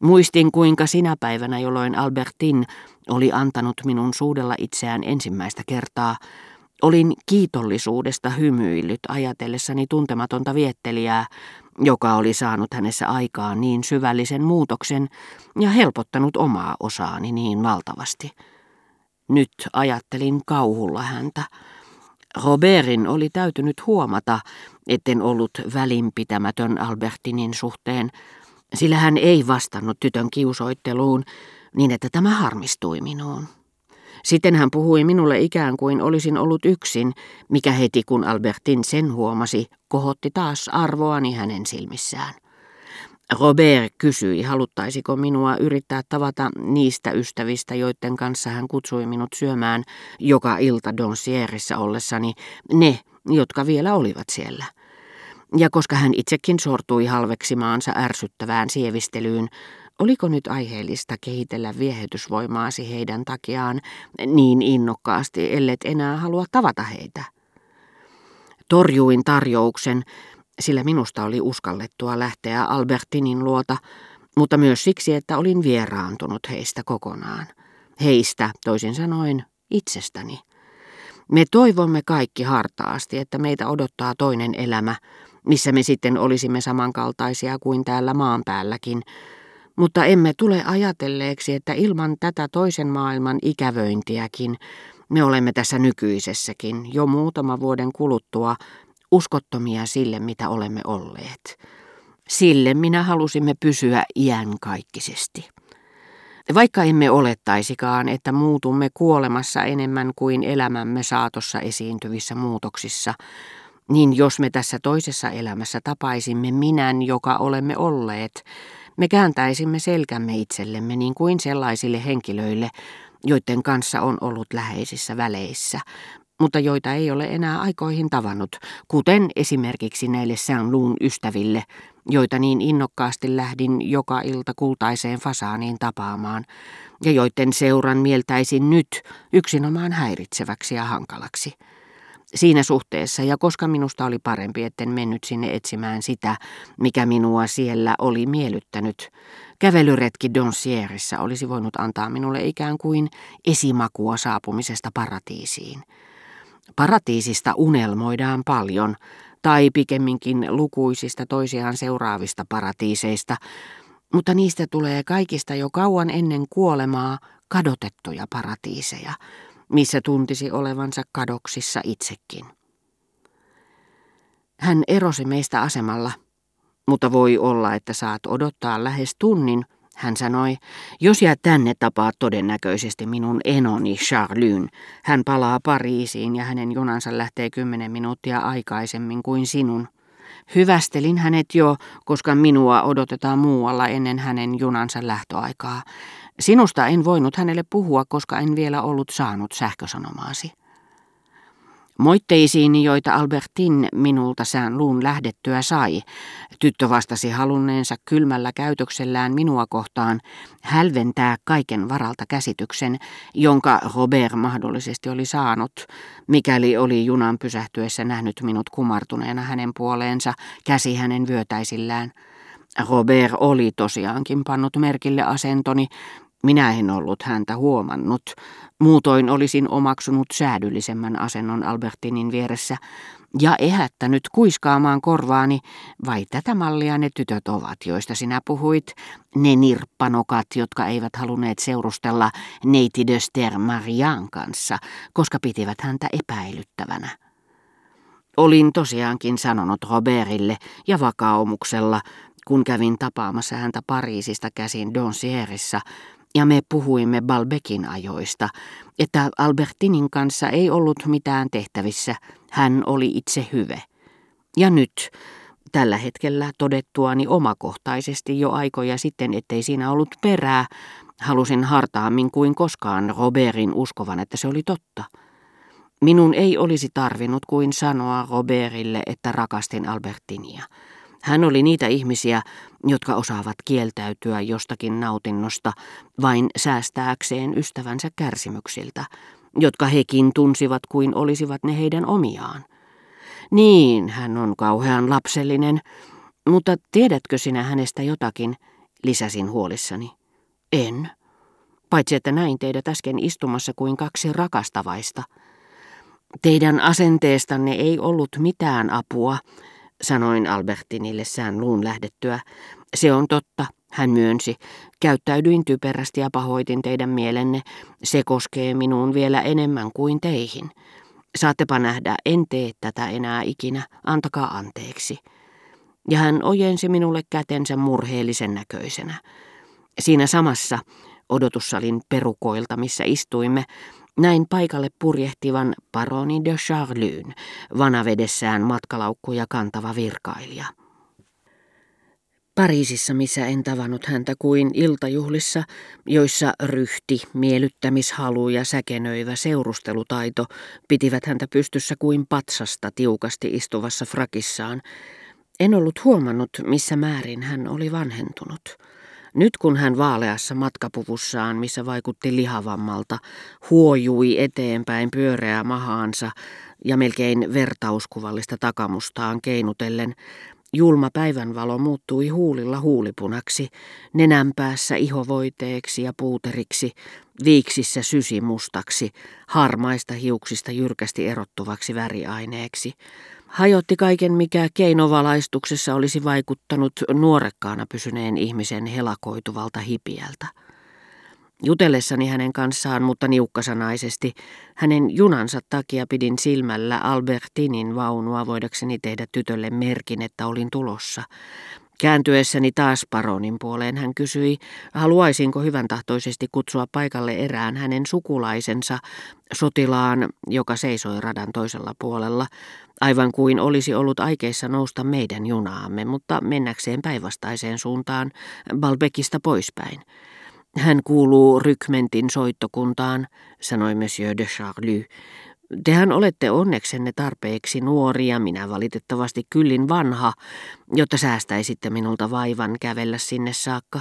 Muistin, kuinka sinä päivänä, jolloin Albertine oli antanut minun suudella itseään ensimmäistä kertaa, olin kiitollisuudesta hymyillyt ajatellessani tuntematonta viettelijää, joka oli saanut hänessä aikaan niin syvällisen muutoksen ja helpottanut omaa osaani niin valtavasti. Nyt ajattelin kauhulla häntä. Robertin oli täytynyt huomata, etten ollut välinpitämätön Albertinin suhteen, sillä hän ei vastannut tytön kiusoitteluun niin, että tämä harmistui minuun. Sitten hän puhui minulle ikään kuin olisin ollut yksin, mikä heti kun Albertine sen huomasi, kohotti taas arvoani hänen silmissään. Robert kysyi, haluttaisiko minua yrittää tavata niistä ystävistä, joiden kanssa hän kutsui minut syömään joka ilta Doncierressa ollessani, ne, jotka vielä olivat siellä. Ja koska hän itsekin sortui halveksimaansa ärsyttävään sievistelyyn, oliko nyt aiheellista kehitellä viehätysvoimaasi heidän takiaan niin innokkaasti, ellet enää halua tavata heitä? Torjuin tarjouksen, sillä minusta oli uskallettua lähteä Albertinin luota, mutta myös siksi, että olin vieraantunut heistä kokonaan. Heistä, toisin sanoen, itsestäni. Me toivomme kaikki hartaasti, että meitä odottaa toinen elämä, missä me sitten olisimme samankaltaisia kuin täällä maan päälläkin, mutta emme tule ajatelleeksi, että ilman tätä toisen maailman ikävöintiäkin me olemme tässä nykyisessäkin jo muutama vuoden kuluttua uskottomia sille, mitä olemme olleet. Sille minä halusimme pysyä iankaikkisesti. Vaikka emme olettaisikaan, että muutumme kuolemassa enemmän kuin elämämme saatossa esiintyvissä muutoksissa, niin jos me tässä toisessa elämässä tapaisimme minän, joka olemme olleet, me kääntäisimme selkämme itsellemme niin kuin sellaisille henkilöille, joiden kanssa on ollut läheisissä väleissä, mutta joita ei ole enää aikoihin tavannut, kuten esimerkiksi näille Saint-Loun ystäville, joita niin innokkaasti lähdin joka ilta kultaiseen fasaaniin tapaamaan, ja joiden seuran mieltäisin nyt yksinomaan häiritseväksi ja hankalaksi. Siinä suhteessa, ja koska minusta oli parempi, etten mennyt sinne etsimään sitä, mikä minua siellä oli miellyttänyt, kävelyretki Doncierressa olisi voinut antaa minulle ikään kuin esimakua saapumisesta paratiisiin. Paratiisista unelmoidaan paljon, tai pikemminkin lukuisista toisiaan seuraavista paratiiseista, mutta niistä tulee kaikista jo kauan ennen kuolemaa kadotettuja paratiiseja, missä tuntisi olevansa kadoksissa itsekin. Hän erosi meistä asemalla, mutta voi olla, että saat odottaa lähes tunnin, hän sanoi, jos jäät tänne tapaat todennäköisesti minun enoni Charlyn. Hän palaa Pariisiin ja hänen junansa lähtee 10 minuuttia aikaisemmin kuin sinun. Hyvästelin hänet jo, koska minua odotetaan muualla ennen hänen junansa lähtöaikaa. Sinusta en voinut hänelle puhua, koska en vielä ollut saanut sähkösanomaasi. Moitteisiini, joita Albertine minulta Saint-Loun lähdettyä sai, tyttö vastasi halunneensa kylmällä käytöksellään minua kohtaan hälventää kaiken varalta käsityksen, jonka Robert mahdollisesti oli saanut, mikäli oli junan pysähtyessä nähnyt minut kumartuneena hänen puoleensa, käsi hänen vyötäisillään. Robert oli tosiaankin pannut merkille asentoni. Minä en ollut häntä huomannut. Muutoin olisin omaksunut säädyllisemmän asennon Albertinin vieressä ja ehättänyt kuiskaamaan korvaani, vai tätä mallia ne tytöt ovat, joista sinä puhuit, ne nirppanokat, jotka eivät halunneet seurustella neiti de Ster-Marian kanssa, koska pitivät häntä epäilyttävänä. Olin tosiaankin sanonut Robertille ja vakaumuksella, kun kävin tapaamassa häntä Pariisista käsin Doncierressa, ja me puhuimme Balbecin ajoista, että Albertinin kanssa ei ollut mitään tehtävissä, hän oli itse hyve. Ja nyt, tällä hetkellä todettuani omakohtaisesti jo aikoja sitten, ettei siinä ollut perää, halusin hartaammin kuin koskaan Robertin uskovan, että se oli totta. Minun ei olisi tarvinnut kuin sanoa Robertille, että rakastin Albertinia. Hän oli niitä ihmisiä, jotka osaavat kieltäytyä jostakin nautinnosta vain säästääkseen ystävänsä kärsimyksiltä, jotka hekin tunsivat kuin olisivat ne heidän omiaan. Niin, hän on kauhean lapsellinen, mutta tiedätkö sinä hänestä jotakin? lisäsin huolissani. En. Paitsi että näin teidät äsken istumassa kuin kaksi rakastavaista. Teidän asenteestanne ei ollut mitään apua, sanoin Albertinille sään luun lähdettyä. Se on totta, hän myönsi. Käyttäydyin typerästi ja pahoitin teidän mielenne. Se koskee minuun vielä enemmän kuin teihin. Saattepa nähdä, en tee tätä enää ikinä, antakaa anteeksi. Ja hän ojensi minulle kätensä murheellisen näköisenä. Siinä samassa odotussalin perukoilta, missä istuimme, näin paikalle purjehtivan paroni de Charlyn, vanavedessään matkalaukkuja kantava virkailija. Pariisissa, missä en tavannut häntä kuin iltajuhlissa, joissa ryhti, miellyttämishalu ja säkenöivä seurustelutaito pitivät häntä pystyssä kuin patsasta tiukasti istuvassa frakissaan, en ollut huomannut, missä määrin hän oli vanhentunut. Nyt kun hän vaaleassa matkapuvussaan, missä vaikutti lihavammalta, huojui eteenpäin pyöreää mahaansa ja melkein vertauskuvallista takamustaan keinutellen, julma päivänvalo muuttui huulilla huulipunaksi, nenänpäässä ihovoiteeksi ja puuteriksi, viiksissä sysimustaksi, harmaista hiuksista jyrkästi erottuvaksi väriaineeksi. Hajotti kaiken, mikä keinovalaistuksessa olisi vaikuttanut nuorekkaana pysyneen ihmisen helakoituvalta hipiältä. Jutellessani hänen kanssaan, mutta niukkasanaisesti, hänen junansa takia pidin silmällä Albertinin vaunua voidakseni tehdä tytölle merkin, että olin tulossa. Kääntyessäni taas paronin puoleen hän kysyi, haluaisinko hyväntahtoisesti kutsua paikalle erään hänen sukulaisensa, sotilaan, joka seisoi radan toisella puolella, aivan kuin olisi ollut aikeissa nousta meidän junaamme, mutta mennäkseen päinvastaiseen suuntaan, Balbekista poispäin. Hän kuuluu rykmentin soittokuntaan, sanoi Monsieur de Charlus. Tehän olette onneksenne tarpeeksi nuoria, minä valitettavasti kyllin vanha, jotta säästäisitte minulta vaivan kävellä sinne saakka.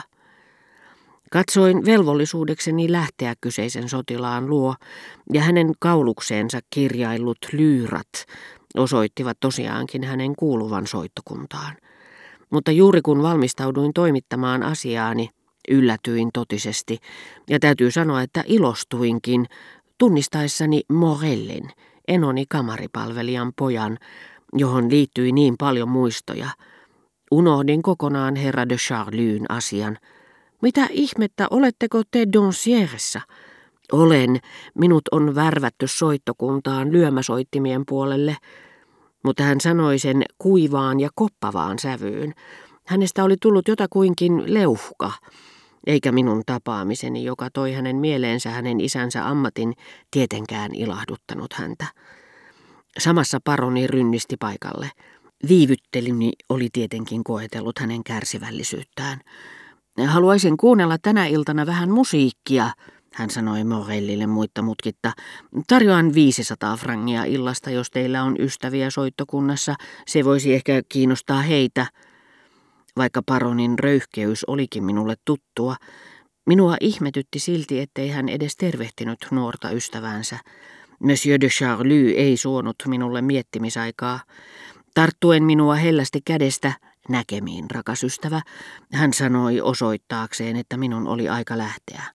Katsoin velvollisuudekseni lähteä kyseisen sotilaan luo, ja hänen kaulukseensa kirjaillut lyyrat osoittivat tosiaankin hänen kuuluvan soittokuntaan. Mutta juuri kun valmistauduin toimittamaan asiaani, yllätyin totisesti, ja täytyy sanoa, että ilostuinkin, tunnistaessani Morellin, enoni kamaripalvelijan pojan, johon liittyi niin paljon muistoja. Unohdin kokonaan herra de Charlyn asian. Mitä ihmettä, oletteko te Doncieressa? Olen, minut on värvätty soittokuntaan lyömäsoittimien puolelle, mutta hän sanoi sen kuivaan ja koppavaan sävyyn. Hänestä oli tullut jotakuinkin leuhka, eikä minun tapaamiseni, joka toi hänen mieleensä hänen isänsä ammatin, tietenkään ilahduttanut häntä. Samassa paroni rynnisti paikalle. Viivyttelyni oli tietenkin koetellut hänen kärsivällisyyttään. Haluaisin kuunnella tänä iltana vähän musiikkia, hän sanoi Morellille muitta mutkitta. Tarjoan 500 frangia illasta, jos teillä on ystäviä soittokunnassa. Se voisi ehkä kiinnostaa heitä. Vaikka paronin röyhkeys olikin minulle tuttua, minua ihmetytti silti, ettei hän edes tervehtinyt nuorta ystäväänsä. Monsieur de Charlus ei suonut minulle miettimisaikaa. Tarttuen minua hellästi kädestä, näkemiin, rakas ystävä, hän sanoi osoittaakseen, että minun oli aika lähteä.